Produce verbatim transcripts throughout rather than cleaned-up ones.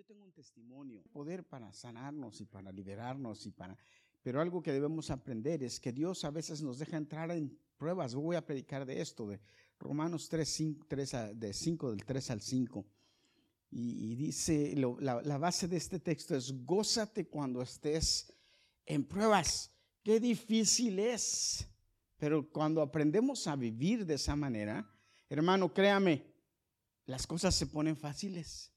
tengo un testimonio, poder para sanarnos y para liberarnos y para, pero algo que debemos aprender es que Dios a veces nos deja entrar en pruebas. Voy a predicar de esto, de Romanos tres, cinco, tres a, de cinco, del tres al cinco. Y, y dice, lo, la, la base de este texto es: gózate cuando estés en pruebas. Qué difícil es, pero cuando aprendemos a vivir de esa manera, hermano, créame, las cosas se ponen fáciles.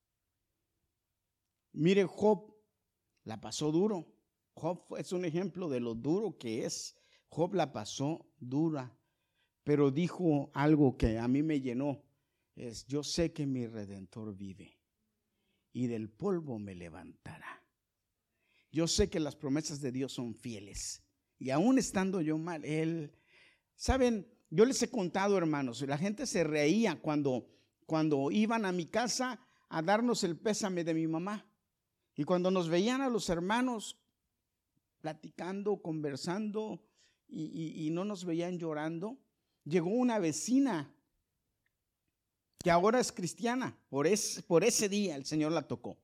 Mire, Job la pasó duro. Job es un ejemplo de lo duro que es. Job la pasó dura, pero dijo algo que a mí me llenó. Es: yo sé que mi Redentor vive y del polvo me levantará. Yo sé que las promesas de Dios son fieles y aún estando yo mal, Él, saben, yo les he contado, hermanos, la gente se reía cuando, cuando iban a mi casa a darnos el pésame de mi mamá, y cuando nos veían a los hermanos platicando, conversando y, y, y no nos veían llorando, llegó una vecina que ahora es cristiana. Por, es, por ese día el Señor la tocó.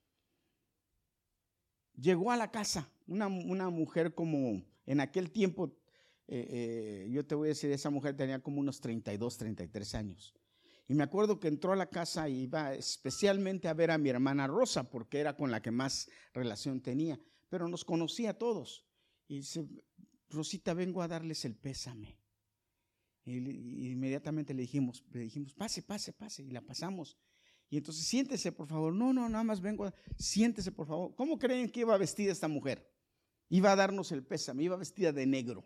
Llegó a la casa una, una mujer como en aquel tiempo, eh, eh, yo te voy a decir, esa mujer tenía como unos treinta y dos, treinta y tres años. Y me acuerdo que entró a la casa y iba especialmente a ver a mi hermana Rosa, porque era con la que más relación tenía, pero nos conocía a todos. Y dice: Rosita, vengo a darles el pésame. Y inmediatamente le dijimos, le dijimos, pase, pase, pase, y la pasamos. Y entonces, siéntese, por favor. No, no, nada más vengo, a, siéntese, por favor. ¿Cómo creen que iba vestida esta mujer? Iba a darnos el pésame, iba vestida de negro.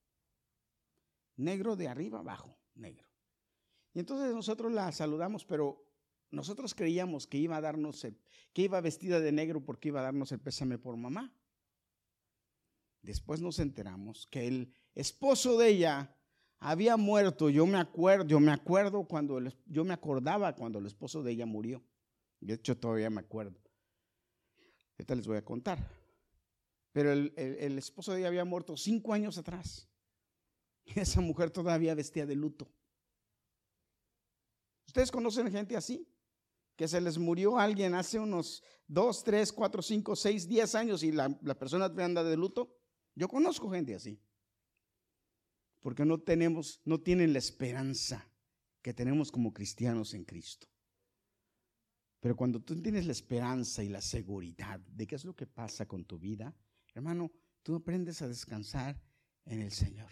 Negro de arriba abajo, negro. Y entonces nosotros la saludamos, pero nosotros creíamos que iba a darnos, el, que iba vestida de negro porque iba a darnos el pésame por mamá. Después nos enteramos que el esposo de ella había muerto. Yo me acuerdo, yo me acuerdo cuando, el, yo me acordaba cuando el esposo de ella murió. De hecho, todavía me acuerdo. Ahorita les voy a contar. Pero el, el, el esposo de ella había muerto cinco años atrás. Y esa mujer todavía vestía de luto. ¿Ustedes conocen gente así? Que se les murió alguien hace unos dos, tres, cuatro, cinco, seis, diez años y la, la persona anda de luto. Yo conozco gente así. Porque no tenemos, no tienen la esperanza que tenemos como cristianos en Cristo. Pero cuando tú tienes la esperanza y la seguridad de qué es lo que pasa con tu vida, hermano, tú aprendes a descansar en el Señor.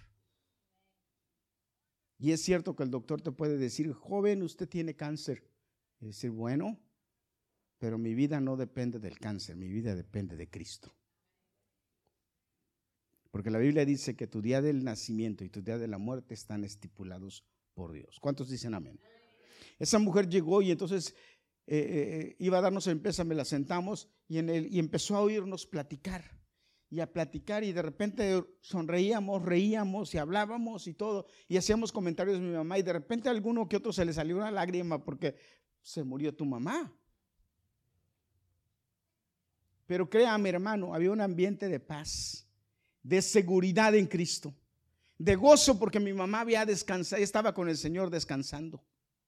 Y es cierto que el doctor te puede decir: joven, usted tiene cáncer. Y decir: bueno, pero mi vida no depende del cáncer, mi vida depende de Cristo. Porque la Biblia dice que tu día del nacimiento y tu día de la muerte están estipulados por Dios. ¿Cuántos dicen amén? Esa mujer llegó y entonces eh, eh, iba a darnos el pésame, la sentamos y, en el, y empezó a oírnos platicar. Y a platicar, y de repente sonreíamos, reíamos y hablábamos y todo, y hacíamos comentarios de mi mamá, y de repente a alguno que otro se le salió una lágrima porque se murió tu mamá. Pero créame, hermano, había un ambiente de paz, de seguridad en Cristo, de gozo porque mi mamá había descansado, estaba con el Señor descansando.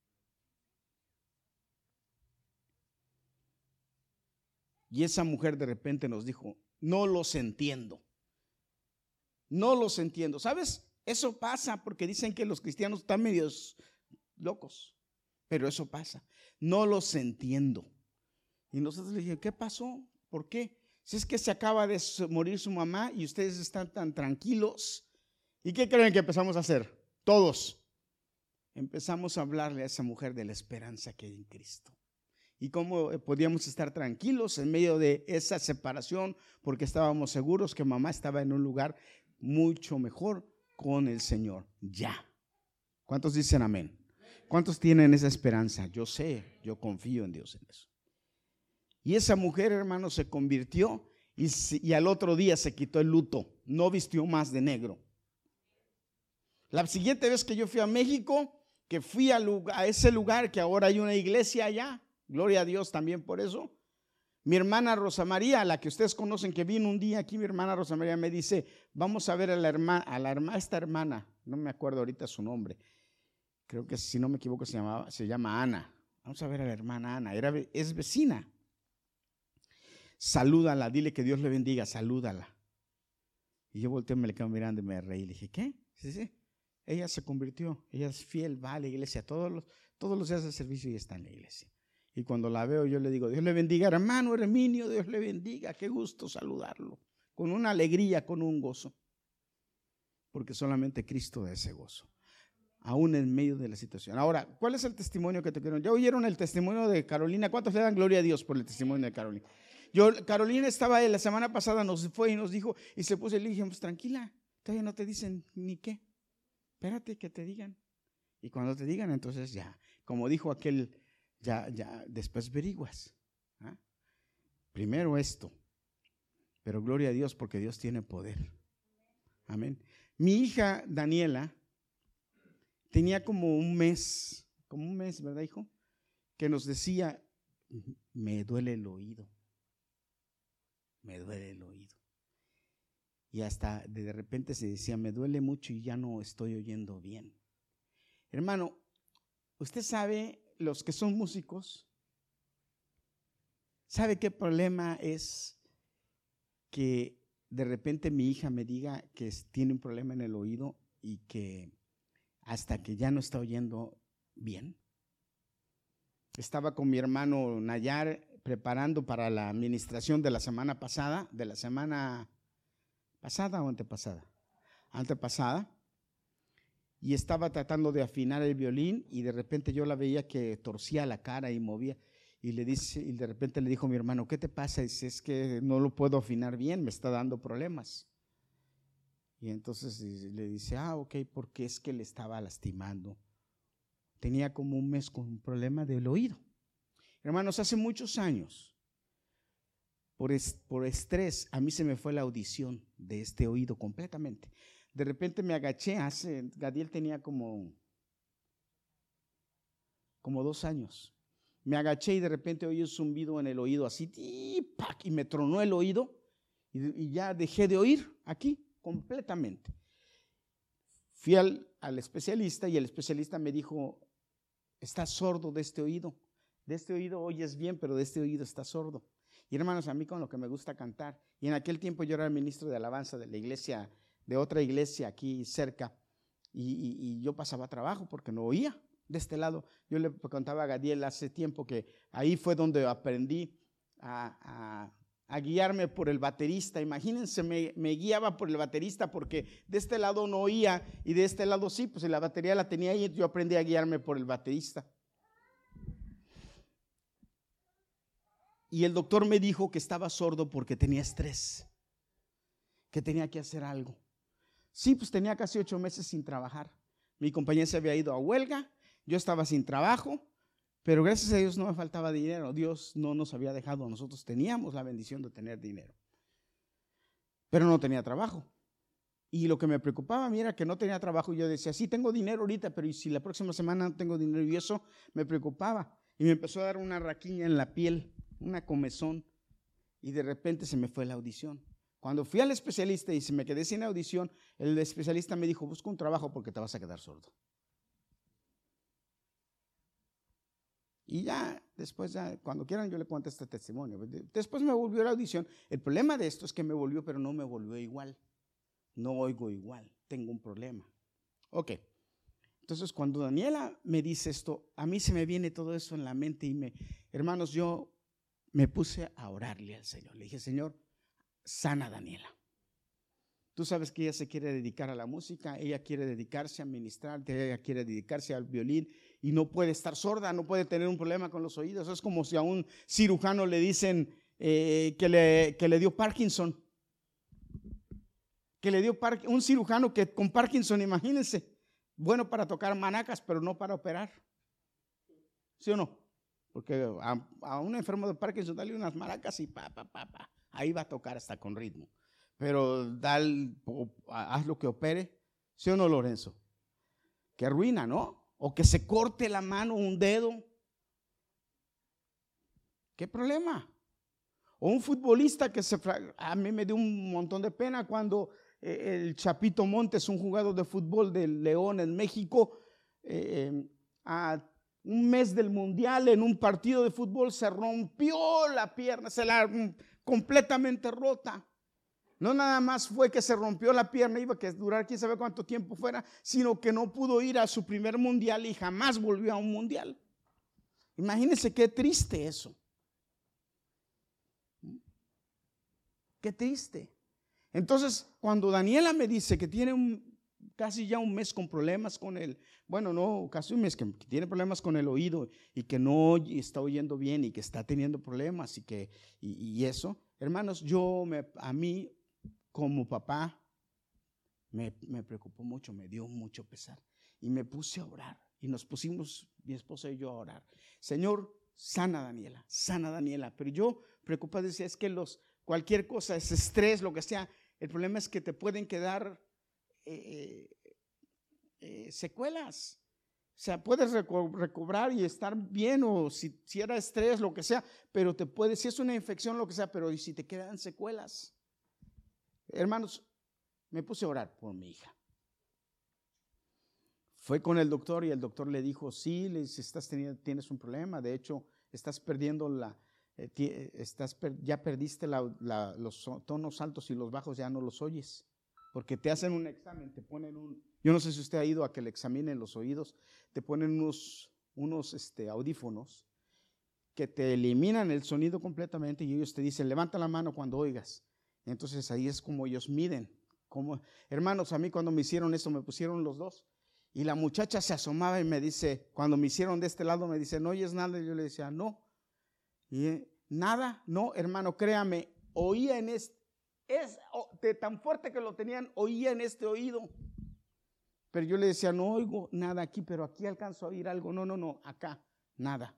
Y esa mujer de repente nos dijo: no los entiendo, no los entiendo. ¿Sabes? Eso pasa porque dicen que los cristianos están medios locos, pero eso pasa. No los entiendo. Y nosotros le dijimos: ¿qué pasó? ¿Por qué? Si es que se acaba de morir su mamá y ustedes están tan tranquilos. ¿Y qué creen que empezamos a hacer? Todos empezamos a hablarle a esa mujer de la esperanza que hay en Cristo. Y cómo podíamos estar tranquilos en medio de esa separación, porque estábamos seguros que mamá estaba en un lugar mucho mejor con el Señor. Ya. ¿Cuántos dicen amén? ¿Cuántos tienen esa esperanza? Yo sé, yo confío en Dios en eso. Y esa mujer, hermano, se convirtió y, y al otro día se quitó el luto. No vistió más de negro. La siguiente vez que yo fui a México, que fui a, lugar, a ese lugar que ahora hay una iglesia allá, gloria a Dios también por eso. Mi hermana Rosa María, la que ustedes conocen, que vino un día aquí, mi hermana Rosa María me dice: vamos a ver a la hermana, a la hermana, esta hermana, no me acuerdo ahorita su nombre, creo que si no me equivoco se llamaba, se llama Ana. Vamos a ver a la hermana Ana, era, es vecina. salúdala, dile que Dios le bendiga, salúdala. Y yo volteé, me le quedo mirando y me reí. Le dije, ¿qué? Sí, sí. Ella se convirtió, ella es fiel, va a la iglesia todos los, todos los días de servicio y está en la iglesia. Y cuando la veo yo le digo, Dios le bendiga, hermano Herminio, Dios le bendiga, qué gusto saludarlo. Con una alegría, con un gozo. Porque solamente Cristo da ese gozo. Aún en medio de la situación. Ahora, ¿cuál es el testimonio que te quiero? ¿Ya oyeron el testimonio de Carolina? ¿Cuántos le dan gloria a Dios por el testimonio de Carolina? Yo, Carolina estaba la semana pasada, nos fue y nos dijo, y se puso y le dije, pues tranquila, todavía no te dicen ni qué. Espérate que te digan. Y cuando te digan, entonces ya, como dijo aquel, ya, ya, después averiguas. ¿Ah? Primero esto. Pero gloria a Dios porque Dios tiene poder. Amén. Mi hija Daniela tenía como un mes, como un mes, ¿verdad, hijo? Que nos decía, me duele el oído. Me duele el oído. Y hasta de repente se decía, me duele mucho y ya no estoy oyendo bien. Hermano, usted sabe, los que son músicos, ¿sabe qué problema es que de repente mi hija me diga que tiene un problema en el oído y que hasta que ya no está oyendo bien? Estaba con mi hermano Nayar preparando para la administración de la semana pasada, de la semana pasada o antepasada, antepasada, y estaba tratando de afinar el violín y de repente yo la veía que torcía la cara y movía y le dice, y de repente le dijo a mi hermano, ¿qué te pasa? Y dice, es que no lo puedo afinar bien, me está dando problemas. Y entonces le dice, ah, ok, porque es que le estaba lastimando. Tenía como un mes con un problema del oído. Hermanos, hace muchos años, por, es, por estrés, a mí se me fue la audición de este oído completamente. De repente me agaché, hace, Gadiel tenía como, como dos años. Me agaché y de repente oí un zumbido en el oído así, y, ¡pac! Y me tronó el oído y, y ya dejé de oír aquí completamente. Fui al, al especialista y el especialista me dijo, estás sordo de este oído. De este oído oyes bien, pero de este oído estás sordo. Y hermanos, a mí con lo que me gusta cantar, y en aquel tiempo yo era el ministro de alabanza de la iglesia, de otra iglesia aquí cerca, y, y, y yo pasaba trabajo porque no oía de este lado. Yo le contaba a Gadiel hace tiempo que ahí fue donde aprendí a, a, a guiarme por el baterista. Imagínense, me, me guiaba por el baterista porque de este lado no oía y de este lado sí, pues la batería la tenía ahí, yo aprendí a guiarme por el baterista. Y el doctor me dijo que estaba sordo porque tenía estrés, que tenía que hacer algo. Sí, pues tenía casi ocho meses sin trabajar. Mi compañía se había ido a huelga, yo estaba sin trabajo, pero gracias a Dios no me faltaba dinero. Dios no nos había dejado, nosotros teníamos la bendición de tener dinero, pero no tenía trabajo. Y lo que me preocupaba a mí era que no tenía trabajo. Y yo decía, sí, tengo dinero ahorita, pero ¿y si la próxima semana no tengo dinero? Y eso me preocupaba. Y me empezó a dar una raquiña en la piel, una comezón, y de repente se me fue la audición. Cuando fui al especialista y se me quedé sin audición, el especialista me dijo, busca un trabajo porque te vas a quedar sordo. Y ya, después, ya, cuando quieran yo le cuento este testimonio. Después me volvió la audición. El problema de esto es que me volvió, pero no me volvió igual. No oigo igual, tengo un problema. Ok, entonces cuando Daniela me dice esto, a mí se me viene todo eso en la mente y me, hermanos, yo me puse a orarle al Señor. Le dije, Señor, sana a Daniela. Tú sabes que ella se quiere dedicar a la música, ella quiere dedicarse a ministrar, ella quiere dedicarse al violín y no puede estar sorda, no puede tener un problema con los oídos. Es como si a un cirujano le dicen eh, que, le, que le dio Parkinson. Que le dio par- un cirujano que con Parkinson, imagínense, bueno para tocar manacas, pero no para operar. ¿Sí o no? Porque a, a un enfermo de Parkinson dale unas maracas y pa, pa, pa, pa. Ahí va a tocar hasta con ritmo. Pero dale, haz lo que opere. ¿Sí o no, Lorenzo? Que arruina, ¿no? O que se corte la mano, un dedo. ¿Qué problema? O un futbolista que se... A mí me dio un montón de pena cuando eh, el Chapito Montes, un jugador de fútbol del León en México, eh, a un mes del mundial en un partido de fútbol se rompió la pierna, se la completamente rota. No nada más fue que se rompió la pierna, iba a durar quién sabe cuánto tiempo fuera, sino que no pudo ir a su primer mundial y jamás volvió a un mundial. Imagínense qué triste eso. Qué triste. Entonces, cuando Daniela me dice que tiene un, casi ya un mes con problemas con el, bueno, no, casi un mes que, que tiene problemas con el oído y que no está oyendo bien y que está teniendo problemas y que y, y eso, hermanos, yo me, a mí como papá me, me preocupó mucho, me dio mucho pesar y me puse a orar y nos pusimos mi esposa y yo a orar. Señor, sana a Daniela, sana a Daniela, pero yo preocupado decía, es que los cualquier cosa, es estrés, lo que sea, el problema es que te pueden quedar eh, eh, secuelas. O sea, puedes reco- recobrar y estar bien, o si, si era estrés, lo que sea, pero te puede, si es una infección, lo que sea, pero si te quedan secuelas. Hermanos, me puse a orar por mi hija. Fue con el doctor y el doctor le dijo, sí, le dice, estás teniendo, tienes un problema, de hecho, estás perdiendo la... Eh, estás, ya perdiste la, la, los tonos altos y los bajos, ya no los oyes, porque te hacen un examen, te ponen un, yo no sé si usted ha ido a que le examinen los oídos, te ponen unos, unos este, audífonos que te eliminan el sonido completamente y ellos te dicen, levanta la mano cuando oigas. Entonces ahí es como ellos miden. Como, hermanos, a mí cuando me hicieron esto, me pusieron los dos y la muchacha se asomaba y me dice, cuando me hicieron de este lado, me dice, ¿no oyes nada? Y yo le decía, no. Y nada, no, hermano, créame, oía en este, es de tan fuerte que lo tenían, oía en este oído. Pero yo le decía, no oigo nada aquí, pero aquí alcanzo a oír algo. No, no, no, acá, nada.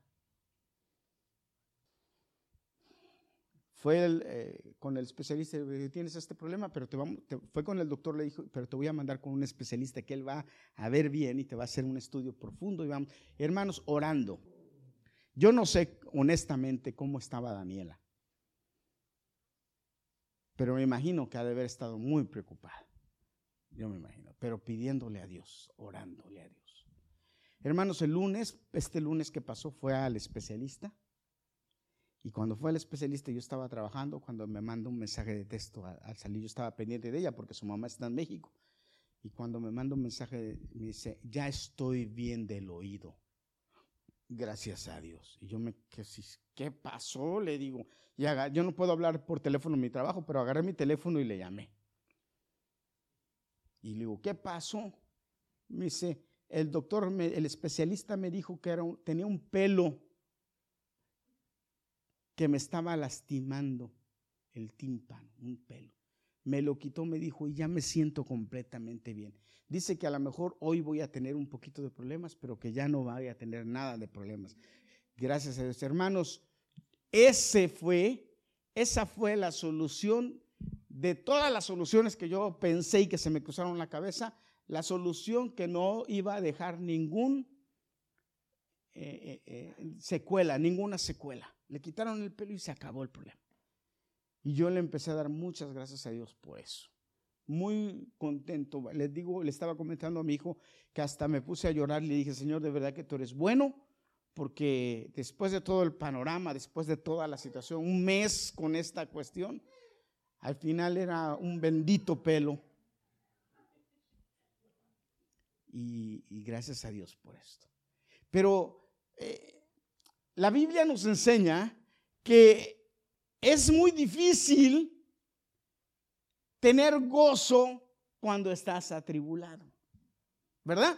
Fue el, eh, con el especialista, tienes este problema, pero te vamos, te, fue con el doctor, le dijo, pero te voy a mandar con un especialista que él va a ver bien y te va a hacer un estudio profundo. Y vamos, hermanos, orando. Yo no sé honestamente cómo estaba Daniela, pero me imagino que ha de haber estado muy preocupada. Yo me imagino, pero pidiéndole a Dios, orándole a Dios. Hermanos, el lunes, este lunes que pasó, fue al especialista. Y cuando fue al especialista, yo estaba trabajando, cuando me manda un mensaje de texto al, al salir, yo estaba pendiente de ella porque su mamá está en México. Y cuando me manda un mensaje, me dice, ya estoy bien del oído. Gracias a Dios. Y yo me quedé, ¿qué pasó? Le digo, y agar, yo no puedo hablar por teléfono en mi trabajo, pero agarré mi teléfono y le llamé. Y le digo, ¿qué pasó? Me dice, el doctor, me, el especialista me dijo que era un, tenía un pelo que me estaba lastimando el tímpano, un pelo. Me lo quitó, me dijo, y ya me siento completamente bien. Dice que a lo mejor hoy voy a tener un poquito de problemas, pero que ya no voy a tener nada de problemas. Gracias a Dios, hermanos. Ese fue, esa fue la solución de todas las soluciones que yo pensé y que se me cruzaron en la cabeza. La solución que no iba a dejar ningún eh, eh, eh, secuela, ninguna secuela. Le quitaron el pelo y se acabó el problema. Y yo le empecé a dar muchas gracias a Dios por eso. Muy contento. Les digo, le estaba comentando a mi hijo que hasta me puse a llorar y le dije, Señor, de verdad que tú eres bueno, porque después de todo el panorama, después de toda la situación, un mes con esta cuestión, al final era un bendito pelo. Y, y gracias a Dios por esto. Pero eh, la Biblia nos enseña que es muy difícil tener gozo cuando estás atribulado, ¿verdad?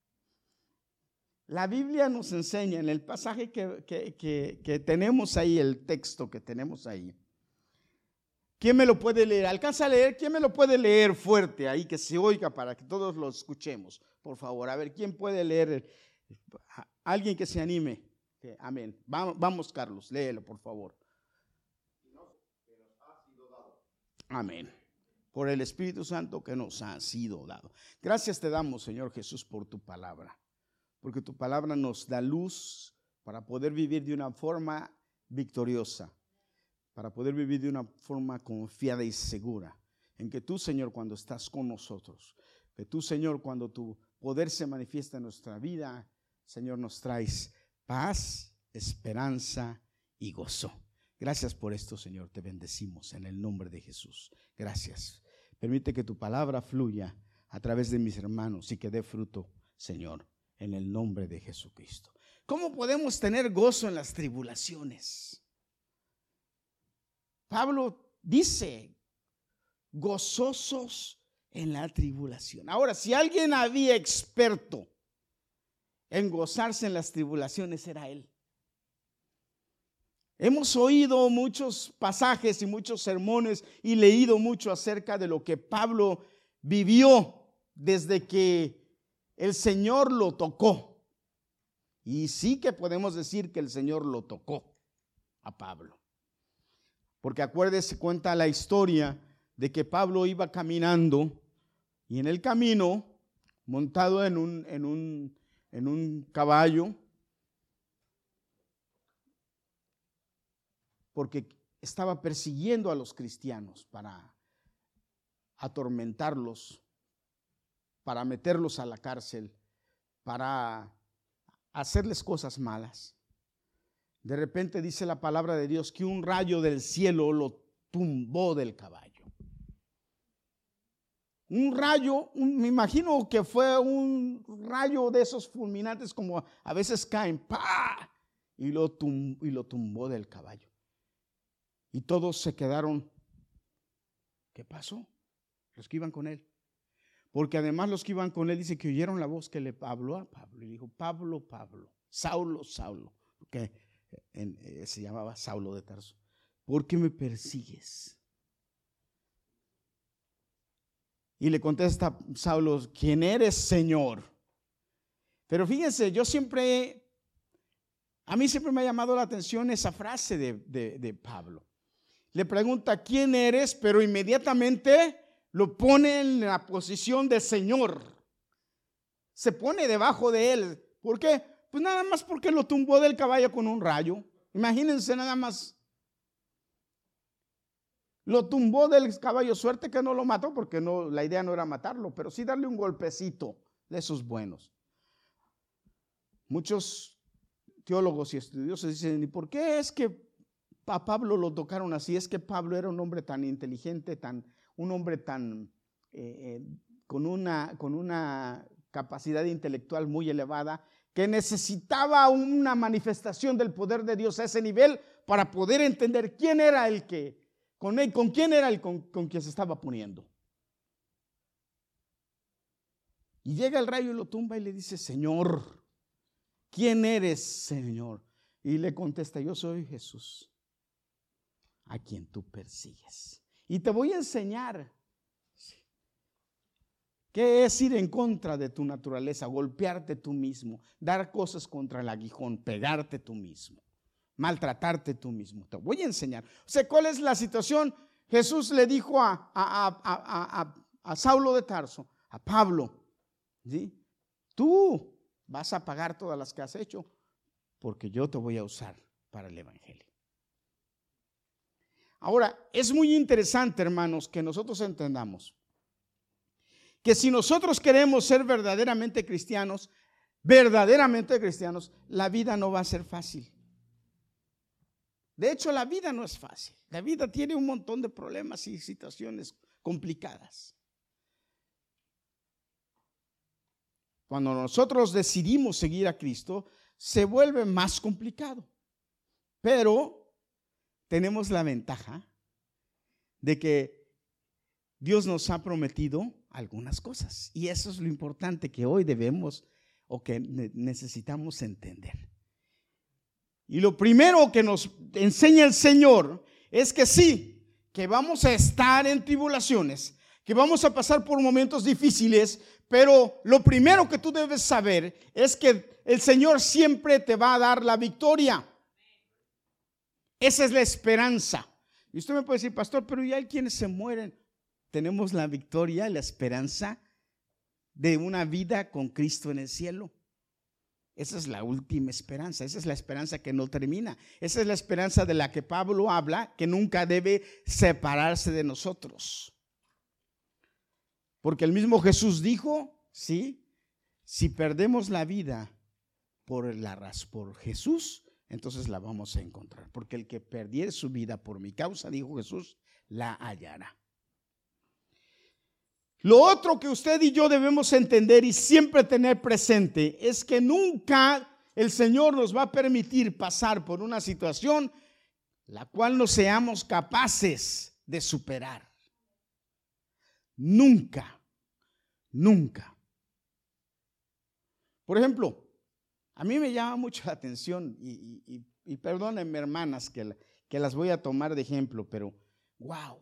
La Biblia nos enseña en el pasaje que, que, que, que tenemos ahí, el texto que tenemos ahí. ¿Quién me lo puede leer? ¿Alcanza a leer? ¿Quién me lo puede leer fuerte ahí, que se oiga para que todos lo escuchemos? Por favor, a ver, ¿quién puede leer? Alguien que se anime. Amén. Vamos, vamos, Carlos, léelo, por favor. Amén. Por el Espíritu Santo que nos ha sido dado. Gracias te damos, Señor Jesús, por tu palabra. Porque tu palabra nos da luz para poder vivir de una forma victoriosa. Para poder vivir de una forma confiada y segura. En que tú, Señor, cuando estás con nosotros. Que tú, Señor, cuando tu poder se manifiesta en nuestra vida, Señor, nos traes paz, esperanza y gozo. Gracias por esto, Señor, te bendecimos en el nombre de Jesús. Gracias. Permite que tu palabra fluya a través de mis hermanos y que dé fruto, Señor, en el nombre de Jesucristo. ¿Cómo podemos tener gozo en las tribulaciones? Pablo dice, gozosos en la tribulación. Ahora, si alguien había experto en gozarse en las tribulaciones, era él. Hemos oído muchos pasajes y muchos sermones y leído mucho acerca de lo que Pablo vivió desde que el Señor lo tocó. Y sí que podemos decir que el Señor lo tocó a Pablo. Porque acuérdese, cuenta la historia de que Pablo iba caminando y en el camino, montado en un, en un, en un caballo, porque estaba persiguiendo a los cristianos para atormentarlos, para meterlos a la cárcel, para hacerles cosas malas. De repente dice la palabra de Dios que un rayo del cielo lo tumbó del caballo. Un rayo, un, me imagino que fue un rayo de esos fulminantes como a veces caen, ¡pah! Y lo, tum, y lo tumbó del caballo. Y todos se quedaron, ¿qué pasó? Los que iban con él. Porque además los que iban con él dice que oyeron la voz que le habló a Pablo y dijo, Pablo, Pablo, Saulo, Saulo, que en, eh, se llamaba Saulo de Tarso, ¿por qué me persigues? Y le contesta Saulo, ¿quién eres, Señor? Pero fíjense, yo siempre, a mí siempre me ha llamado la atención esa frase de, de, de Pablo. Le pregunta, ¿quién eres? Pero inmediatamente lo pone en la posición de Señor. Se pone debajo de él. ¿Por qué? Pues nada más porque lo tumbó del caballo con un rayo. Imagínense nada más. Lo tumbó del caballo. Suerte que no lo mató, porque no, la idea no era matarlo, pero sí darle un golpecito de esos buenos. Muchos teólogos y estudiosos dicen, ¿y por qué es que a Pablo lo tocaron así? Es que Pablo era un hombre tan inteligente, tan, un hombre tan eh, eh, con, una, con una capacidad intelectual muy elevada, que necesitaba una manifestación del poder de Dios a ese nivel para poder entender quién era el que, con él, con quién era el con, con quien se estaba poniendo. Y llega el rayo y lo tumba y le dice, Señor, ¿quién eres, Señor? Y le contesta, yo soy Jesús, a quien tú persigues. Y te voy a enseñar qué es ir en contra de tu naturaleza, golpearte tú mismo, dar cosas contra el aguijón, pegarte tú mismo, maltratarte tú mismo. Te voy a enseñar. O sea, ¿cuál es la situación? Jesús le dijo a, a, a, a, a, a Saulo de Tarso, a Pablo, ¿sí? Tú vas a pagar todas las que has hecho, porque yo te voy a usar para el evangelio. Ahora, es muy interesante, hermanos, que nosotros entendamos que si nosotros queremos ser verdaderamente cristianos, verdaderamente cristianos, la vida no va a ser fácil. De hecho, la vida no es fácil. La vida tiene un montón de problemas y situaciones complicadas. Cuando nosotros decidimos seguir a Cristo, se vuelve más complicado. Pero tenemos la ventaja de que Dios nos ha prometido algunas cosas. Y eso es lo importante que hoy debemos o que necesitamos entender. Y lo primero que nos enseña el Señor es que sí, que vamos a estar en tribulaciones, que vamos a pasar por momentos difíciles, pero lo primero que tú debes saber es que el Señor siempre te va a dar la victoria. Esa es la esperanza. Y usted me puede decir, pastor, pero ya hay quienes se mueren. Tenemos la victoria, la esperanza de una vida con Cristo en el cielo. Esa es la última esperanza, esa es la esperanza que no termina. Esa es la esperanza de la que Pablo habla, que nunca debe separarse de nosotros. Porque el mismo Jesús dijo, sí, si perdemos la vida por, la, por Jesús, entonces la vamos a encontrar. Porque el que perdiere su vida por mi causa, dijo Jesús, la hallará. Lo otro que usted y yo debemos entender y siempre tener presente es que nunca el Señor nos va a permitir pasar por una situación la cual no seamos capaces de superar. Nunca, nunca. Por ejemplo, a mí me llama mucho la atención y, y, y perdónenme, hermanas, que, que las voy a tomar de ejemplo, pero wow.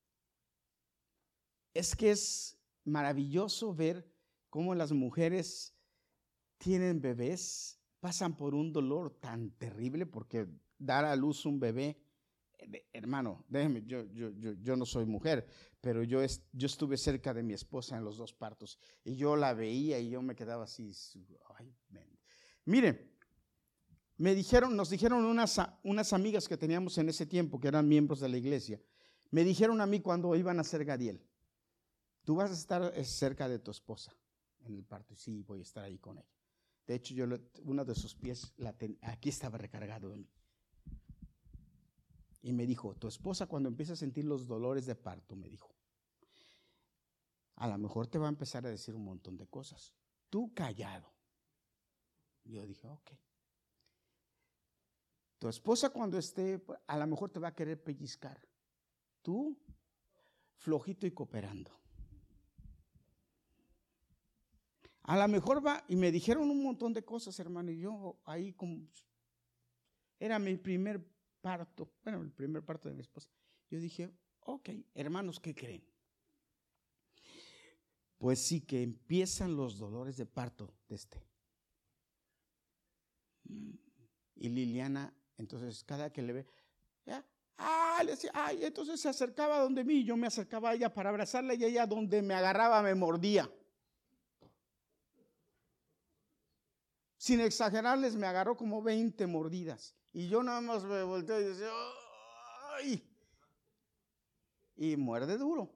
Es que es maravilloso ver cómo las mujeres tienen bebés, pasan por un dolor tan terrible porque dar a luz un bebé, hermano, déjeme, yo, yo, yo, yo no soy mujer, pero yo, es, yo estuve cerca de mi esposa en los dos partos y yo la veía y yo me quedaba así. Ay, mire, me dijeron, nos dijeron unas, unas amigas que teníamos en ese tiempo, que eran miembros de la iglesia, me dijeron a mí cuando iban a hacer Gadiel: tú vas a estar cerca de tu esposa en el parto. Y sí, voy a estar ahí con ella. De hecho, yo uno de sus pies la ten, aquí estaba recargado de mí. Y me dijo: tu esposa, cuando empiece a sentir los dolores de parto, me dijo, a lo mejor te va a empezar a decir un montón de cosas. Tú callado. Yo dije: ok. Tu esposa, cuando esté, a lo mejor te va a querer pellizcar. Tú, flojito y cooperando. A lo mejor va, y me dijeron un montón de cosas, hermano, y yo ahí como, era mi primer parto, bueno, el primer parto de mi esposa. Yo dije: ok, hermanos, ¿qué creen? Pues sí, que empiezan los dolores de parto de este. Y Liliana, entonces, cada que le ve, ya, ah, le decía, ay, entonces se acercaba donde mí, yo me acercaba a ella para abrazarla y ella donde me agarraba me mordía. Sin exagerarles, me agarró como veinte mordidas. Y yo nada más me volteé y decía, ¡ay! Y muerde duro.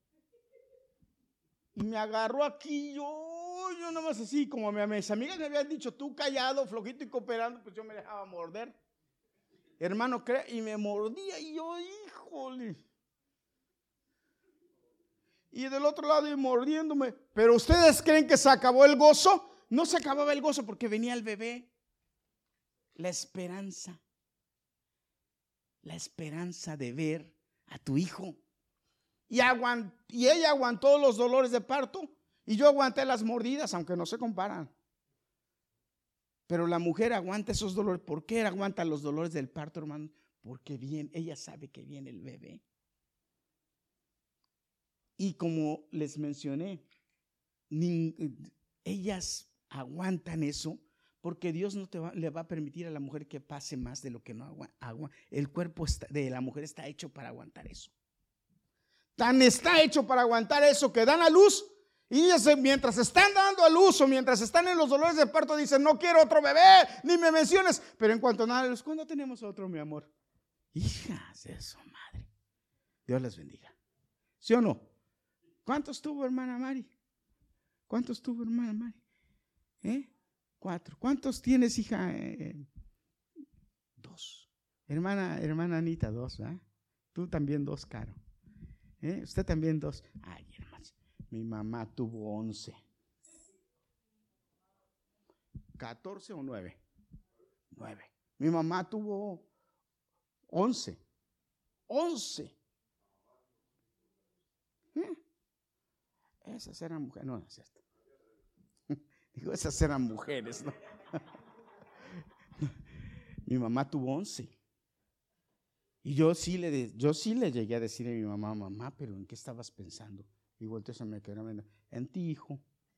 Y me agarró aquí, yo, yo nada más así, como mis amigas me habían dicho, tú callado, flojito y cooperando, pues yo me dejaba morder. Hermano, y me mordía y yo, híjole. Y del otro lado y mordiéndome. Pero ¿ustedes creen que se acabó el gozo? No se acababa el gozo porque venía el bebé. La esperanza. La esperanza de ver a tu hijo. Y, aguant, y ella aguantó los dolores de parto. Y yo aguanté las mordidas, aunque no se comparan. Pero la mujer aguanta esos dolores. ¿Por qué aguanta los dolores del parto, hermano? Porque bien, ella sabe que viene el bebé. Y como les mencioné, ni, ellas aguantan eso porque Dios no te va, le va a permitir a la mujer que pase más de lo que no aguanta. El cuerpo está, de la mujer está hecho para aguantar eso. Tan está hecho para aguantar eso que dan a luz y ellas, mientras están dando a luz o mientras están en los dolores de parto, dicen: no quiero otro bebé, ni me menciones. Pero en cuanto dan a luz, ¿cuándo tenemos otro, mi amor? Hijas de su madre. Dios les bendiga. ¿Sí o no? ¿Cuántos tuvo, hermana Mari? ¿Cuántos tuvo, hermana Mari? ¿Eh? Cuatro. ¿Cuántos tienes, hija? Eh, dos. Hermana, hermana Anita, dos, ¿eh? Tú también dos, Caro. ¿Eh? Usted también dos. Ay, hermanos, mi mamá tuvo once. ¿Catorce o nueve? Nueve. Mi mamá tuvo once. Once. ¿Eh? Esas eran mujeres. No, no es cierto. Digo, esas eran mujeres, ¿no? Mi mamá tuvo once. Y yo sí, le, yo sí le llegué a decir a mi mamá: mamá, ¿pero en qué estabas pensando? Y volteó, se me quedó viendo: en ti, hijo.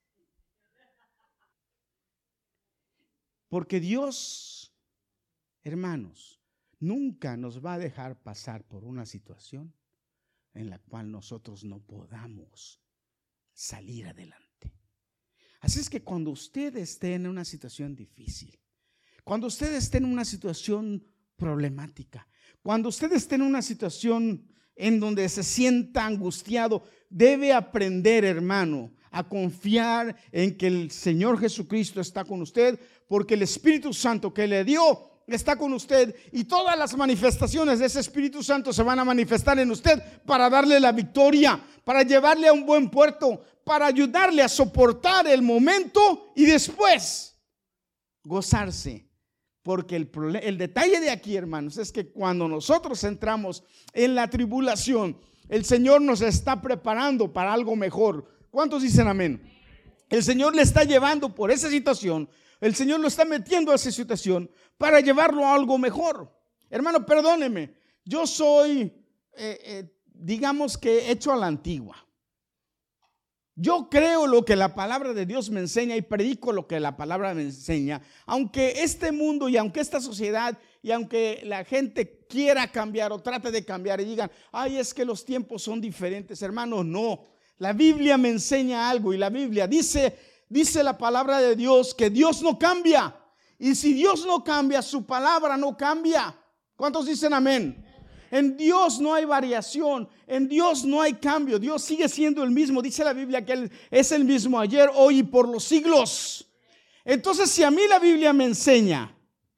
Porque Dios, hermanos, nunca nos va a dejar pasar por una situación en la cual nosotros no podamos salir adelante. Así es que cuando usted esté en una situación difícil, cuando usted esté en una situación problemática, cuando usted esté en una situación en donde se sienta angustiado, debe aprender, hermano, a confiar en que el Señor Jesucristo está con usted, porque el Espíritu Santo que le dio está con usted y todas las manifestaciones de ese Espíritu Santo se van a manifestar en usted para darle la victoria, para llevarle a un buen puerto, para ayudarle a soportar el momento y después gozarse. Porque el, el detalle de aquí, hermanos, es que cuando nosotros entramos en la tribulación, el Señor nos está preparando para algo mejor. ¿Cuántos dicen amén? El Señor le está llevando por esa situación. El Señor lo está metiendo a esa situación para llevarlo a algo mejor. Hermano, perdóneme. Yo soy, eh, eh, digamos que hecho a la antigua. Yo creo lo que la palabra de Dios me enseña y predico lo que la palabra me enseña. Aunque este mundo y aunque esta sociedad y aunque la gente quiera cambiar o trate de cambiar y digan, ay, es que los tiempos son diferentes, hermano, no. La Biblia me enseña algo y la Biblia dice, dice la palabra de Dios que Dios no cambia. Y si Dios no cambia, su palabra no cambia. ¿Cuántos dicen amén? En Dios no hay variación, en Dios no hay cambio, Dios sigue siendo el mismo. Dice la Biblia que Él es el mismo ayer, hoy y por los siglos. Entonces, si a mí la Biblia me enseña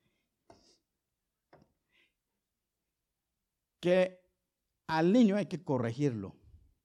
que al niño hay que corregirlo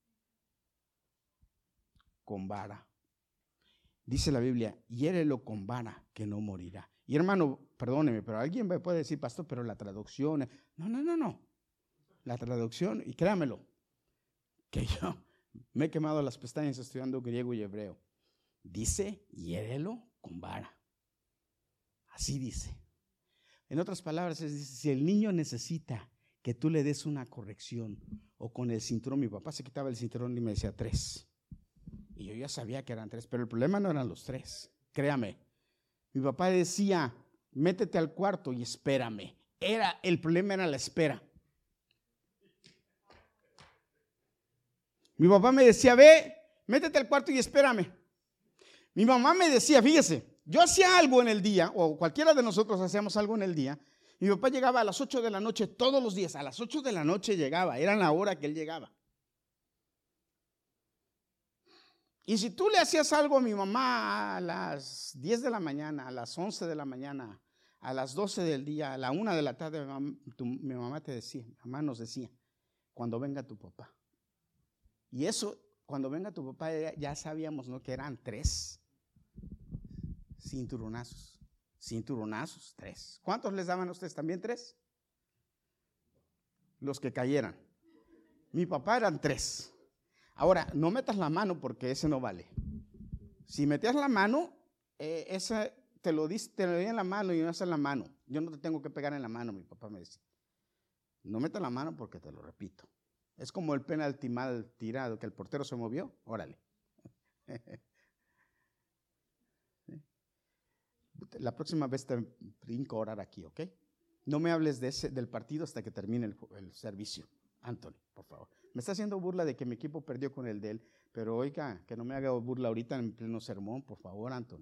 con vara, dice la Biblia, hiérelo con vara que no morirá. Y hermano, perdóneme, pero alguien me puede decir, pastor, pero la traducción, no, no, no, no. La traducción, y créamelo, que yo me he quemado las pestañas estudiando griego y hebreo. Dice, hiérelo con vara. Así dice. En otras palabras, es, dice, si el niño necesita que tú le des una corrección o con el cinturón, mi papá se quitaba el cinturón y me decía tres. Y yo ya sabía que eran tres, pero el problema no eran los tres. Créame. Mi papá decía, métete al cuarto y espérame. Era, el problema era la espera. Mi papá me decía, ve, métete al cuarto y espérame. Mi mamá me decía, fíjese, yo hacía algo en el día, o cualquiera de nosotros hacíamos algo en el día. Mi papá llegaba a las ocho de la noche todos los días, a las ocho de la noche llegaba, era la hora que él llegaba. Y si tú le hacías algo a mi mamá a las diez de la mañana, a las once de la mañana, a las doce del día, a la una de la tarde, mi mamá, tu, mi mamá te decía, mi mamá nos decía, cuando venga tu papá. Y eso, cuando venga tu papá, ya, ya sabíamos, ¿no? Que eran tres cinturonazos. Cinturonazos, tres. ¿Cuántos les daban a ustedes? ¿También tres? Los que cayeran. Mi papá eran tres. Ahora, no metas la mano porque ese no vale. Si metías la mano, eh, esa te lo di, te lo di en la mano y no es en la mano. Yo no te tengo que pegar en la mano, mi papá me decía. No metas la mano porque te lo repito. Es como el penalti mal tirado, que el portero se movió, órale. La próxima vez te brinco a orar aquí, ¿ok? No me hables de ese, del partido hasta que termine el, el servicio. Anthony, por favor. Me está haciendo burla de que mi equipo perdió con el de él, pero oiga, que no me haga burla ahorita en pleno sermón, por favor, Anthony.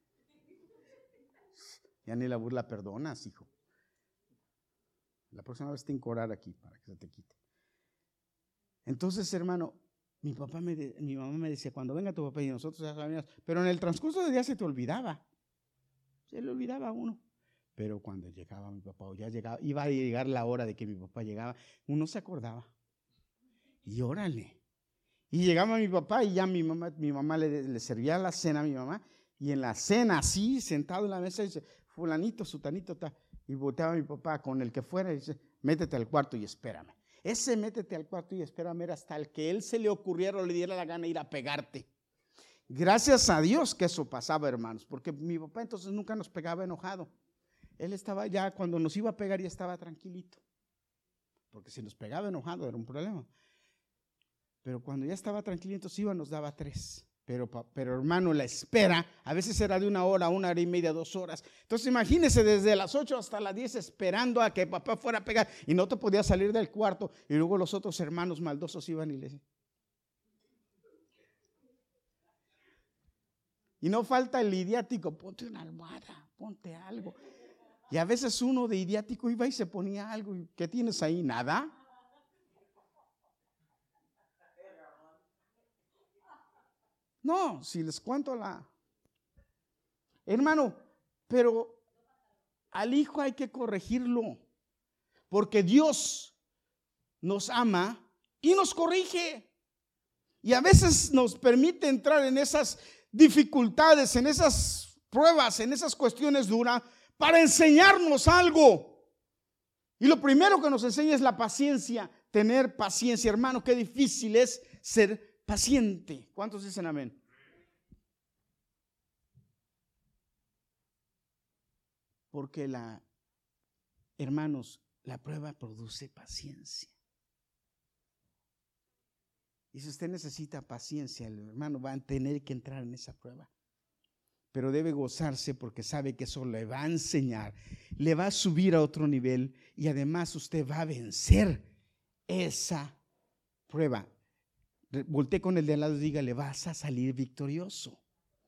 Ya ni la burla perdonas, hijo. La próxima vez te tengo que orar aquí para que se te quite. Entonces, hermano, mi papá me de, mi mamá me decía, cuando venga tu papá y nosotros ya sabíamos, pero en el transcurso del día se te olvidaba, se le olvidaba a uno. Pero cuando llegaba mi papá, o ya llegaba, iba a llegar la hora de que mi papá llegaba, uno se acordaba. Y órale. Y llegaba mi papá y ya mi mamá, mi mamá le, le servía la cena a mi mamá, y en la cena así, sentado en la mesa, dice, fulanito, sutanito, ta, y volteaba mi papá con el que fuera y dice, métete al cuarto y espérame. Ese métete al cuarto y espérame era hasta el que él se le ocurriera o le diera la gana ir a pegarte. Gracias a Dios que eso pasaba, hermanos, porque mi papá entonces nunca nos pegaba enojado. Él estaba ya, cuando nos iba a pegar ya estaba tranquilito, porque si nos pegaba enojado era un problema. Pero cuando ya estaba tranquilito iba, nos daba tres. Pero, pero hermano, la espera a veces era de una hora, una hora y media, dos horas. Entonces imagínese desde las ocho hasta las diez esperando a que papá fuera a pegar y no te podías salir del cuarto, y luego los otros hermanos maldosos iban y le decían. Y no falta el idiático, ponte una almohada, ponte algo. Y a veces uno de idiático iba y se ponía algo. ¿Qué tienes ahí? ¿Nada? No, si les cuento la... Hermano, pero al hijo hay que corregirlo, porque Dios nos ama y nos corrige. Y a veces nos permite entrar en esas dificultades, en esas pruebas, en esas cuestiones duras, para enseñarnos algo. Y lo primero que nos enseña es la paciencia, tener paciencia. Hermano, qué difícil es ser paciente. ¿Cuántos dicen amén? Porque la, hermanos, la prueba produce paciencia. Y si usted necesita paciencia, el hermano va a tener que entrar en esa prueba. Pero debe gozarse porque sabe que eso le va a enseñar, le va a subir a otro nivel y además usted va a vencer esa prueba. Volté con el de al lado y dígale, vas a salir victorioso.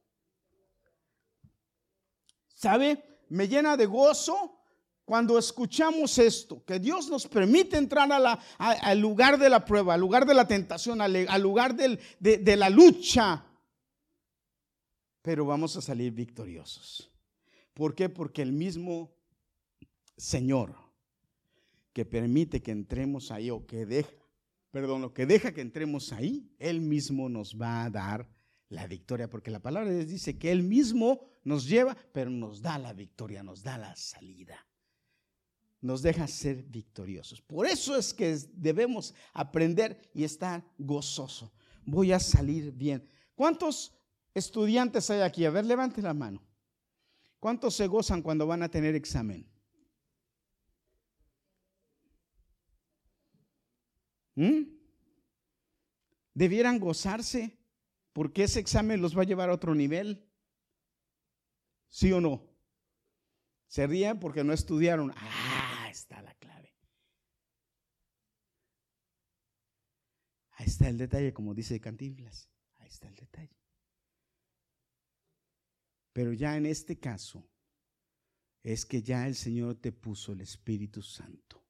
¿Sabe? Me llena de gozo cuando escuchamos esto, que Dios nos permite entrar a la, a, al lugar de la prueba, al lugar de la tentación, al, al lugar del, de, de la lucha. Pero vamos a salir victoriosos. ¿Por qué? Porque el mismo Señor que permite que entremos ahí o que deja, perdón, lo que deja que entremos ahí, Él mismo nos va a dar la victoria, porque la palabra de Dios dice que Él mismo nos lleva, pero nos da la victoria, nos da la salida, nos deja ser victoriosos. Por eso es que debemos aprender y estar gozoso. Voy a salir bien. ¿Cuántos estudiantes hay aquí? A ver, levante la mano. ¿Cuántos se gozan cuando van a tener examen? ¿Mm? Debieran gozarse porque ese examen los va a llevar a otro nivel. ¿Sí o no? Se ríen porque no estudiaron. Ah, está la clave. Ahí está el detalle, como dice Cantinflas. Ahí está el detalle. Pero ya en este caso es que ya el Señor te puso el Espíritu Santo.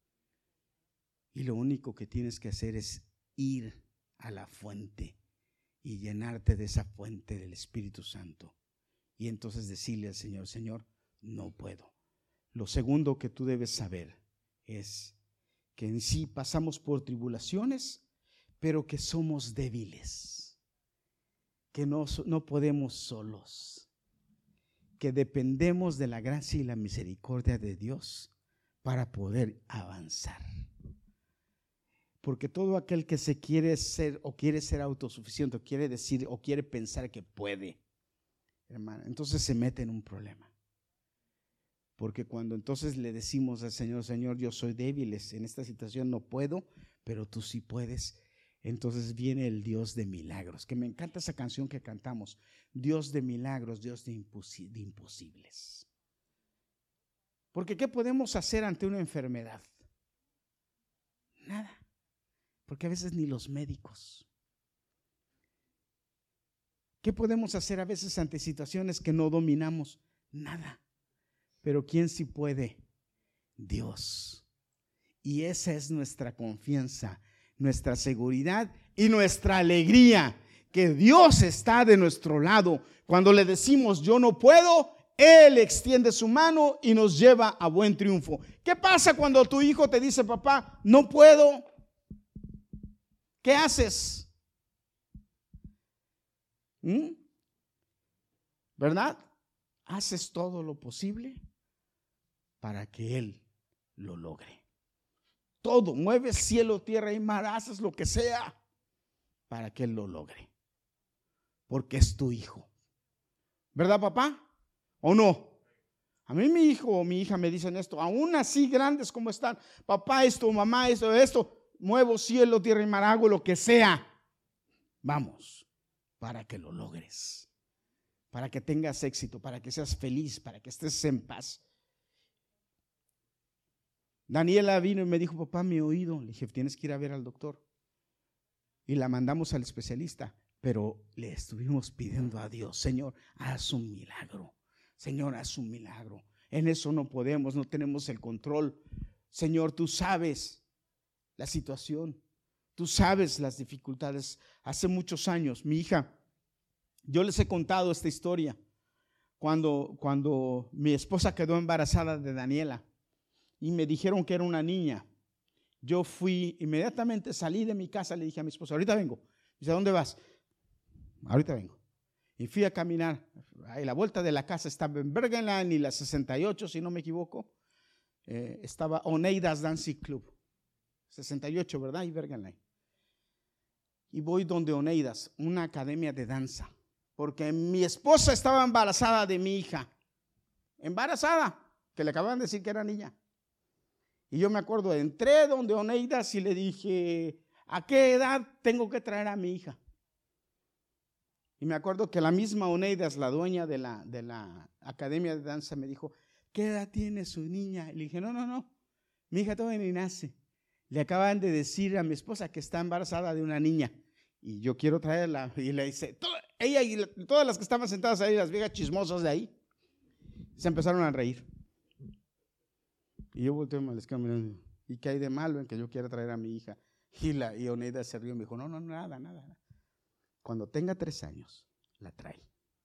Y lo único que tienes que hacer es ir a la fuente y llenarte de esa fuente del Espíritu Santo. Y entonces decirle al Señor, Señor, no puedo. Lo segundo que tú debes saber es que en sí pasamos por tribulaciones, pero que somos débiles, que no, no podemos solos, que dependemos de la gracia y la misericordia de Dios para poder avanzar. Porque todo aquel que se quiere ser o quiere ser autosuficiente o quiere decir o quiere pensar que puede, hermano, entonces se mete en un problema. Porque cuando entonces le decimos al Señor, Señor, yo soy débil, en esta situación no puedo, pero tú sí puedes, entonces viene el Dios de milagros, que me encanta esa canción que cantamos, Dios de milagros, Dios de, imposi- de imposibles. Porque ¿qué podemos hacer ante una enfermedad? Nada, porque a veces ni los médicos. ¿Qué podemos hacer a veces ante situaciones que no dominamos? Nada. Pero ¿quién sí puede? Dios. Y esa es nuestra confianza, nuestra seguridad y nuestra alegría, que Dios está de nuestro lado. Cuando le decimos yo no puedo, Él extiende su mano y nos lleva a buen triunfo. ¿Qué pasa cuando tu hijo te dice, papá, no puedo? ¿Qué haces? ¿Mm? ¿Verdad? Haces todo lo posible para que Él lo logre. Todo, mueves cielo, tierra y mar, haces lo que sea para que Él lo logre. Porque es tu hijo. ¿Verdad, papá? ¿O no? A mí mi hijo o mi hija me dicen esto, aún así grandes como están, papá esto, mamá esto, esto, muevo cielo, tierra y mar, hago lo que sea. Vamos, para que lo logres, para que tengas éxito, para que seas feliz, para que estés en paz. Daniela vino y me dijo, papá, me he oído. Le dije, tienes que ir a ver al doctor. Y la mandamos al especialista, pero le estuvimos pidiendo a Dios, Señor, haz un milagro. Señor, haz un milagro. En eso no podemos, no tenemos el control. Señor, tú sabes la situación, tú sabes las dificultades. Hace muchos años, mi hija, yo les he contado esta historia. cuando, cuando mi esposa quedó embarazada de Daniela y me dijeron que era una niña. Yo fui, inmediatamente salí de mi casa, le dije a mi esposa, ahorita vengo. Dice, ¿a dónde vas? Ahorita vengo. Y fui a caminar. Ahí la vuelta de la casa estaba en Bergenland y la sesenta y ocho, si no me equivoco. Eh, estaba Oneidas Dancing Club. sesenta y ocho, ¿verdad? Y Bergenland. Y voy donde Oneidas, una academia de danza. Porque mi esposa estaba embarazada de mi hija. Embarazada, que le acababan de decir que era niña. Y yo me acuerdo, entré donde Oneidas y le dije, ¿a qué edad tengo que traer a mi hija? Y me acuerdo que la misma Oneidas, la dueña de la, de la academia de danza, me dijo, ¿qué edad tiene su niña? Y le dije, no, no, no, mi hija todavía ni nace. Le acaban de decir a mi esposa que está embarazada de una niña y yo quiero traerla. Y le dice, ella y la, todas las que estaban sentadas ahí, las viejas chismosas de ahí, se empezaron a reír. Y yo volteé y les quedo mirando, ¿y qué hay de malo en que yo quiera traer a mi hija? Y, la, y Oneida se rió y me dijo, no, no, nada, nada, nada. Cuando tenga tres años, la trae.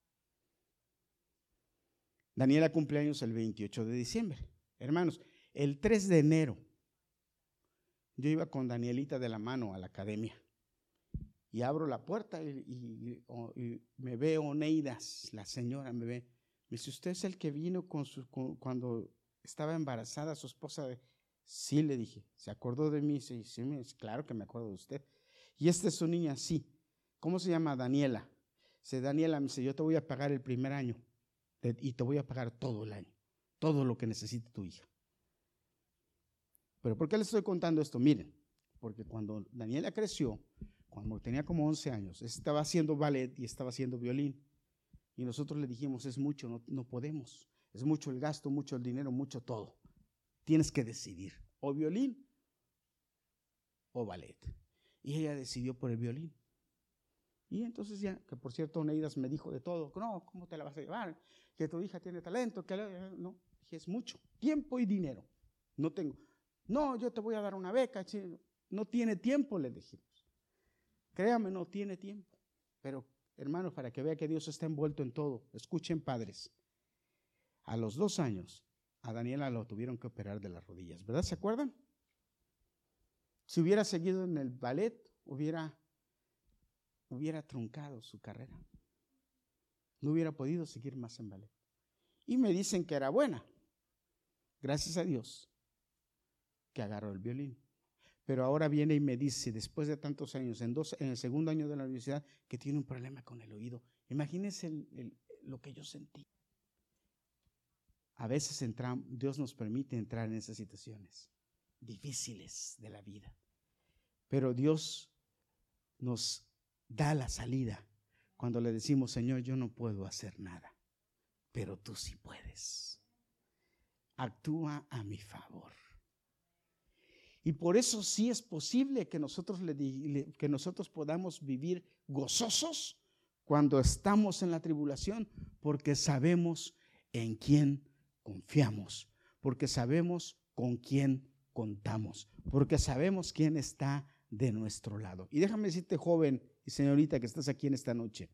Daniela cumple años el veintiocho de diciembre. Hermanos, el tres de enero, yo iba con Danielita de la mano a la academia y abro la puerta y, y, y, y me ve Oneidas, la señora me ve. Me dice, ¿usted es el que vino con su, con, cuando estaba embarazada su esposa? De... Sí, le dije. ¿Se acordó de mí? Sí, sí, claro que me acuerdo de usted. ¿Y esta es su niña? Sí. ¿Cómo se llama? Daniela. Dice, Daniela, me dice, yo te voy a pagar el primer año y te voy a pagar todo el año, todo lo que necesite tu hija. ¿Pero por qué les estoy contando esto? Miren, porque cuando Daniela creció, cuando tenía como once años, estaba haciendo ballet y estaba haciendo violín. Y nosotros le dijimos, es mucho, no, no podemos. Es mucho el gasto, mucho el dinero, mucho todo. Tienes que decidir, o violín o ballet. Y ella decidió por el violín. Y entonces ya, que por cierto, Oneidas me dijo de todo, no, ¿cómo te la vas a llevar? Que tu hija tiene talento, que no, dije, es mucho, tiempo y dinero. No tengo, no, yo te voy a dar una beca, no tiene tiempo, le dijimos. Créame, no tiene tiempo. Pero, hermanos, para que vea que Dios está envuelto en todo, escuchen, padres, a los dos años, a Daniela lo tuvieron que operar de las rodillas, ¿verdad? ¿Se acuerdan? Si hubiera seguido en el ballet, hubiera, hubiera truncado su carrera. No hubiera podido seguir más en ballet. Y me dicen que era buena. Gracias a Dios que agarró el violín. Pero ahora viene y me dice, después de tantos años, en, dos, en el segundo año de la universidad, que tiene un problema con el oído. Imagínense el, el, lo que yo sentí. A veces entra, Dios nos permite entrar en esas situaciones difíciles de la vida. Pero Dios nos da la salida cuando le decimos, Señor, yo no puedo hacer nada, pero tú sí puedes. Actúa a mi favor. Y por eso sí es posible que nosotros, le, le, que nosotros podamos vivir gozosos cuando estamos en la tribulación, porque sabemos en quién confiamos, porque sabemos con quién contamos, porque sabemos quién está de nuestro lado. Y déjame decirte, joven y señorita que estás aquí en esta noche,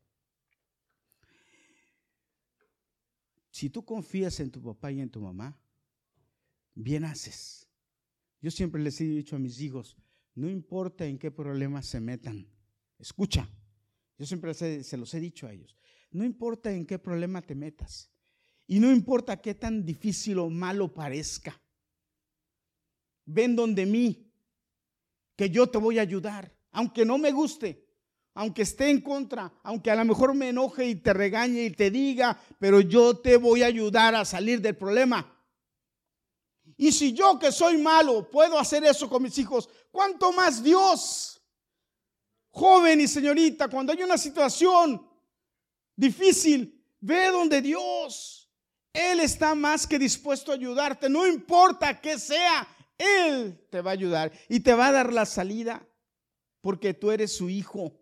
si tú confías en tu papá y en tu mamá, bien haces. Yo siempre les he dicho a mis hijos, no importa en qué problemas se metan, escucha, yo siempre se, se los he dicho a ellos, no importa en qué problema te metas y no importa qué tan difícil o malo parezca, ven donde mí, que yo te voy a ayudar, aunque no me guste, aunque esté en contra, aunque a lo mejor me enoje y te regañe y te diga, pero yo te voy a ayudar a salir del problema. Y si yo que soy malo puedo hacer eso con mis hijos, ¿cuánto más Dios? Joven y señorita, cuando hay una situación difícil, ve donde Dios. Él está más que dispuesto a ayudarte, no importa qué sea, Él te va a ayudar y te va a dar la salida porque tú eres su hijo.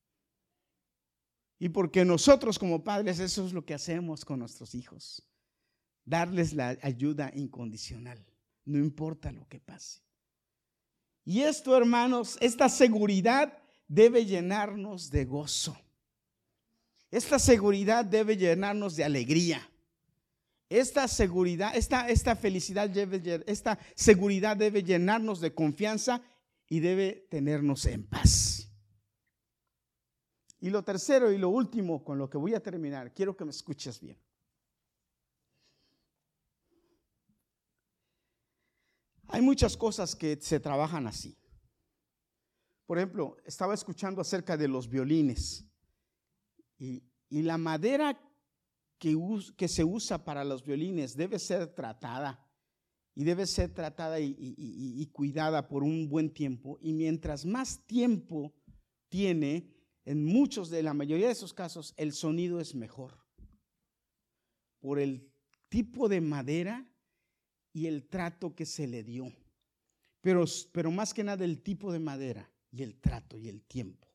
Y porque nosotros como padres eso es lo que hacemos con nuestros hijos. Darles la ayuda incondicional, no importa lo que pase. Y esto, hermanos, esta seguridad debe llenarnos de gozo. Esta seguridad debe llenarnos de alegría. Esta seguridad, esta, esta felicidad, debe, esta seguridad debe llenarnos de confianza y debe tenernos en paz. Y lo tercero y lo último con lo que voy a terminar, quiero que me escuches bien. Hay muchas cosas que se trabajan así. Por ejemplo, estaba escuchando acerca de los violines y, y la madera que, us, que se usa para los violines debe ser tratada y debe ser tratada y, y, y, y cuidada por un buen tiempo, y mientras más tiempo tiene, en muchos de la mayoría de esos casos, el sonido es mejor por el tipo de madera y el trato que se le dio, pero, pero más que nada el tipo de madera y el trato y el tiempo.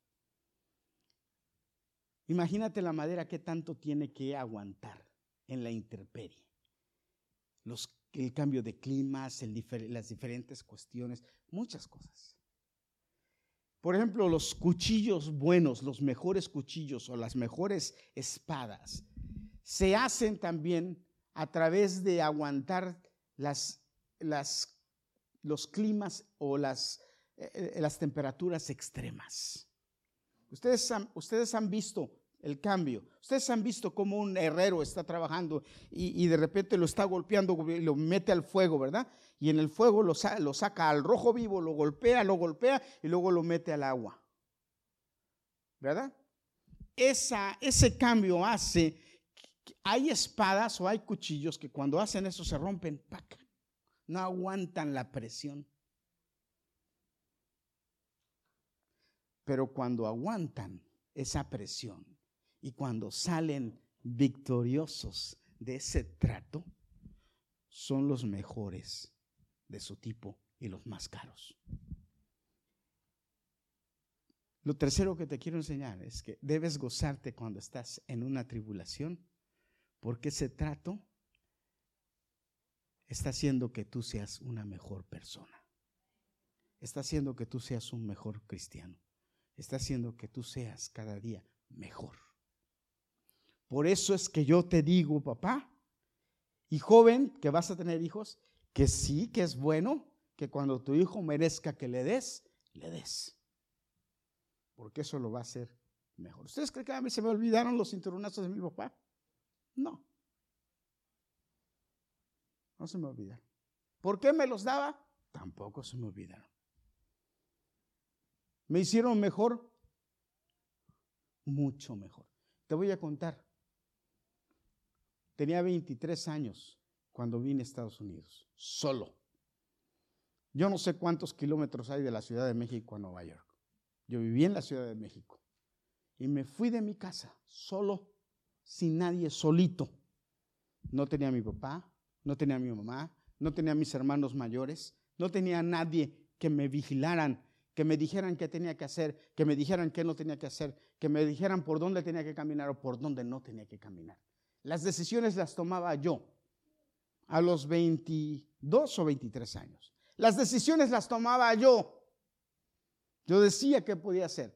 Imagínate la madera que tanto tiene que aguantar en la intemperie, los, el cambio de climas, el difer, las diferentes cuestiones, muchas cosas. Por ejemplo, los cuchillos buenos, los mejores cuchillos o las mejores espadas se hacen también a través de aguantar las, las, los climas o las, eh, las temperaturas extremas. Ustedes han, ustedes han visto el cambio. Ustedes han visto cómo un herrero está trabajando y, y de repente lo está golpeando y lo mete al fuego, ¿verdad? Y en el fuego lo, lo saca al rojo vivo, lo golpea, lo golpea y luego lo mete al agua, ¿verdad? Esa, ese cambio hace, hay espadas o hay cuchillos que cuando hacen eso se rompen, ¡pac! No aguantan la presión. Pero cuando aguantan esa presión y cuando salen victoriosos de ese trato, son los mejores de su tipo y los más caros. Lo tercero que te quiero enseñar es que debes gozarte cuando estás en una tribulación, porque ese trato está haciendo que tú seas una mejor persona. Está haciendo que tú seas un mejor cristiano. Está haciendo que tú seas cada día mejor. Por eso es que yo te digo, papá y joven que vas a tener hijos, que sí, que es bueno que cuando tu hijo merezca que le des, le des. Porque eso lo va a hacer mejor. ¿Ustedes creen que a mí se me olvidaron los cinturonazos de mi papá? No. No se me olvidaron. ¿Por qué me los daba? Tampoco se me olvidaron. ¿Me hicieron mejor? Mucho mejor. Te voy a contar. Tenía veintitrés años cuando vine a Estados Unidos, solo. Yo no sé cuántos kilómetros hay de la Ciudad de México a Nueva York. Yo viví en la Ciudad de México y me fui de mi casa, solo, sin nadie, solito. No tenía a mi papá, no tenía a mi mamá, no tenía a mis hermanos mayores, no tenía a nadie que me vigilaran, que me dijeran qué tenía que hacer, que me dijeran qué no tenía que hacer, que me dijeran por dónde tenía que caminar o por dónde no tenía que caminar. Las decisiones las tomaba yo a los veintidós o veintitrés años. Las decisiones las tomaba yo. Yo decía qué podía hacer.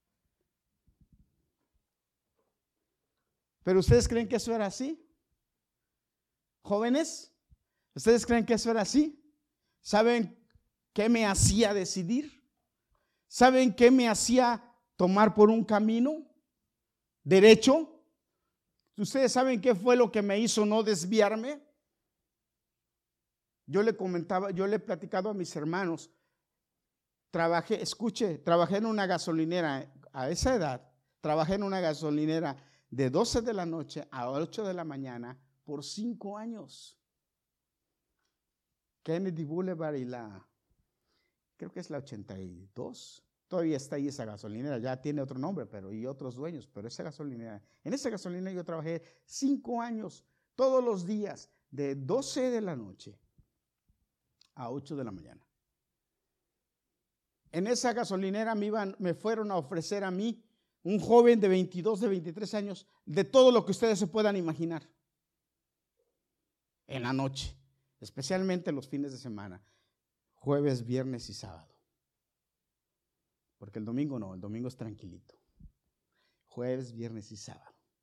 ¿Pero ustedes creen que eso era así? Jóvenes, ¿ustedes creen que eso era así? ¿Saben qué me hacía decidir? ¿Saben qué me hacía tomar por un camino derecho? ¿Ustedes saben qué fue lo que me hizo no desviarme? Yo le comentaba, yo le he platicado a mis hermanos, trabajé, escuche, trabajé en una gasolinera a esa edad, trabajé en una gasolinera de doce de la noche a ocho de la mañana por cinco años. Kennedy Boulevard y la, creo que es la ochenta y dos. Todavía está ahí esa gasolinera, ya tiene otro nombre, pero y otros dueños, pero esa gasolinera, en esa gasolinera yo trabajé cinco años, todos los días, de doce de la noche a ocho de la mañana. En esa gasolinera me, iban, me fueron a ofrecer a mí, un joven de veintidós, de veintitrés años, de todo lo que ustedes se puedan imaginar. En la noche, especialmente los fines de semana, jueves, viernes y sábado. Porque el domingo no, el domingo es tranquilito. Jueves, viernes y sábado.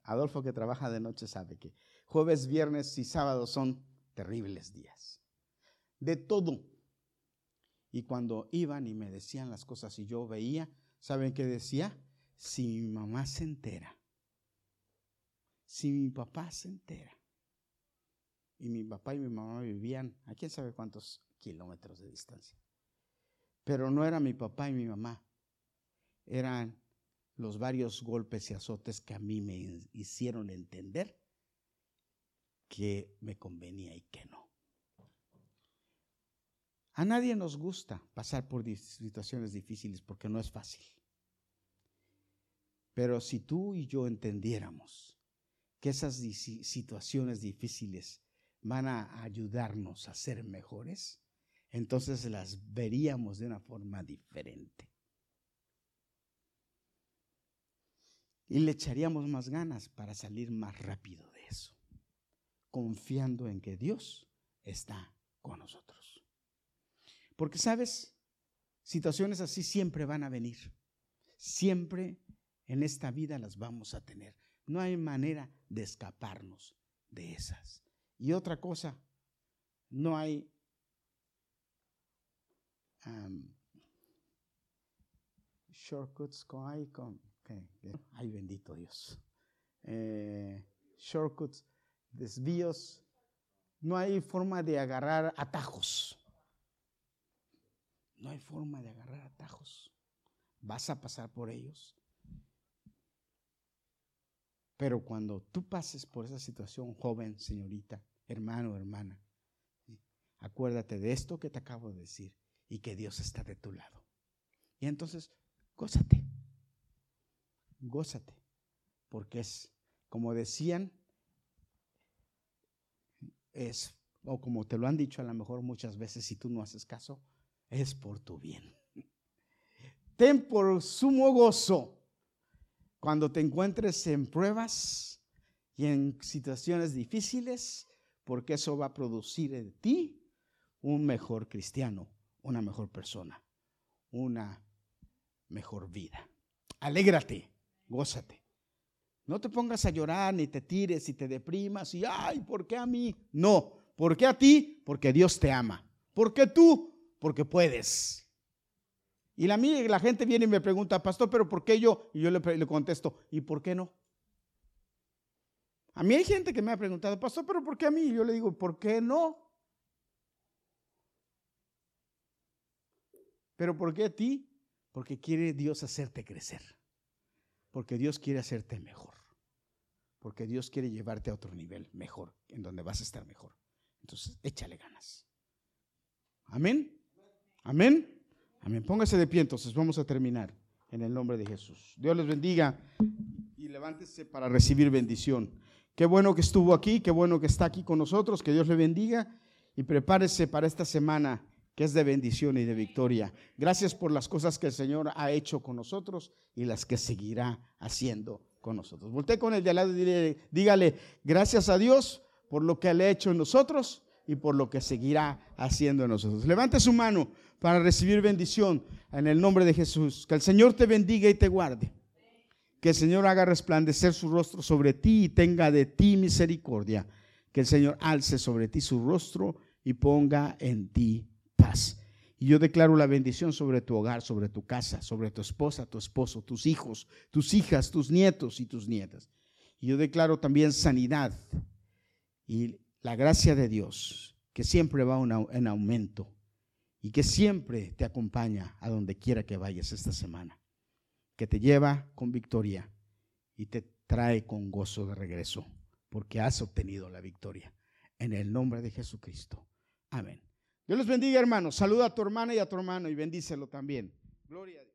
Adolfo, que trabaja de noche, sabe que jueves, viernes y sábados son terribles días. De todo. Y cuando iban y me decían las cosas y yo veía, ¿saben qué decía? Si mi mamá se entera, si mi papá se entera. Y mi papá y mi mamá vivían a quién sabe cuántos kilómetros de distancia. Pero no era mi papá y mi mamá, eran los varios golpes y azotes que a mí me hicieron entender que me convenía y que no. A nadie nos gusta pasar por situaciones difíciles porque no es fácil. Pero si tú y yo entendiéramos que esas situaciones difíciles van a ayudarnos a ser mejores, entonces las veríamos de una forma diferente. Y le echaríamos más ganas para salir más rápido de eso, confiando en que Dios está con nosotros. Porque, ¿sabes? Situaciones así siempre van a venir. Siempre en esta vida las vamos a tener. No hay manera de escaparnos de esas. Y otra cosa, no hay um, shortcuts con hay con okay, ay bendito Dios. Eh, shortcuts, desvíos. No hay forma de agarrar atajos. No hay forma de agarrar atajos. Vas a pasar por ellos. Pero cuando tú pases por esa situación, joven, señorita, hermano, hermana, ¿sí? Acuérdate de esto que te acabo de decir y que Dios está de tu lado. Y entonces, gózate. Gózate. Porque es, como decían, es, o como te lo han dicho a lo mejor muchas veces, si tú no haces caso, es por tu bien. Ten por sumo gozo cuando te encuentres en pruebas y en situaciones difíciles, porque eso va a producir en ti un mejor cristiano, una mejor persona, una mejor vida. Alégrate, gózate. No te pongas a llorar, ni te tires y te deprimas y ay, ¿por qué a mí? No, ¿por qué a ti? Porque Dios te ama. ¿Por qué tú? Porque puedes. Y la, la gente viene y me pregunta, pastor, ¿pero por qué yo? Y yo le, le contesto, ¿y por qué no? A mí hay gente que me ha preguntado, pastor, ¿pero por qué a mí? Y yo le digo, ¿por qué no? ¿Pero por qué a ti? Porque quiere Dios hacerte crecer. Porque Dios quiere hacerte mejor. Porque Dios quiere llevarte a otro nivel mejor, en donde vas a estar mejor. Entonces, échale ganas. Amén. Amén. Amén. Póngase de pie, entonces vamos a terminar en el nombre de Jesús. Dios les bendiga y levántese para recibir bendición. Qué bueno que estuvo aquí, qué bueno que está aquí con nosotros, que Dios le bendiga y prepárese para esta semana que es de bendición y de victoria. Gracias por las cosas que el Señor ha hecho con nosotros y las que seguirá haciendo con nosotros. Voltee con el de al lado y dígale, dígale gracias a Dios por lo que Él ha hecho en nosotros y por lo que seguirá haciendo en nosotros. Levante su mano para recibir bendición en el nombre de Jesús. Que el Señor te bendiga y te guarde. Que el Señor haga resplandecer su rostro sobre ti y tenga de ti misericordia. Que el Señor alce sobre ti su rostro y ponga en ti paz. Y yo declaro la bendición sobre tu hogar, sobre tu casa, sobre tu esposa, tu esposo, tus hijos, tus hijas, tus nietos y tus nietas. Y yo declaro también sanidad y la gracia de Dios, que siempre va en aumento y que siempre te acompaña a donde quiera que vayas esta semana, que te lleva con victoria y te trae con gozo de regreso, porque has obtenido la victoria. En el nombre de Jesucristo. Amén. Dios los bendiga, hermanos. Saluda a tu hermana y a tu hermano y bendícelo también. Gloria a Dios.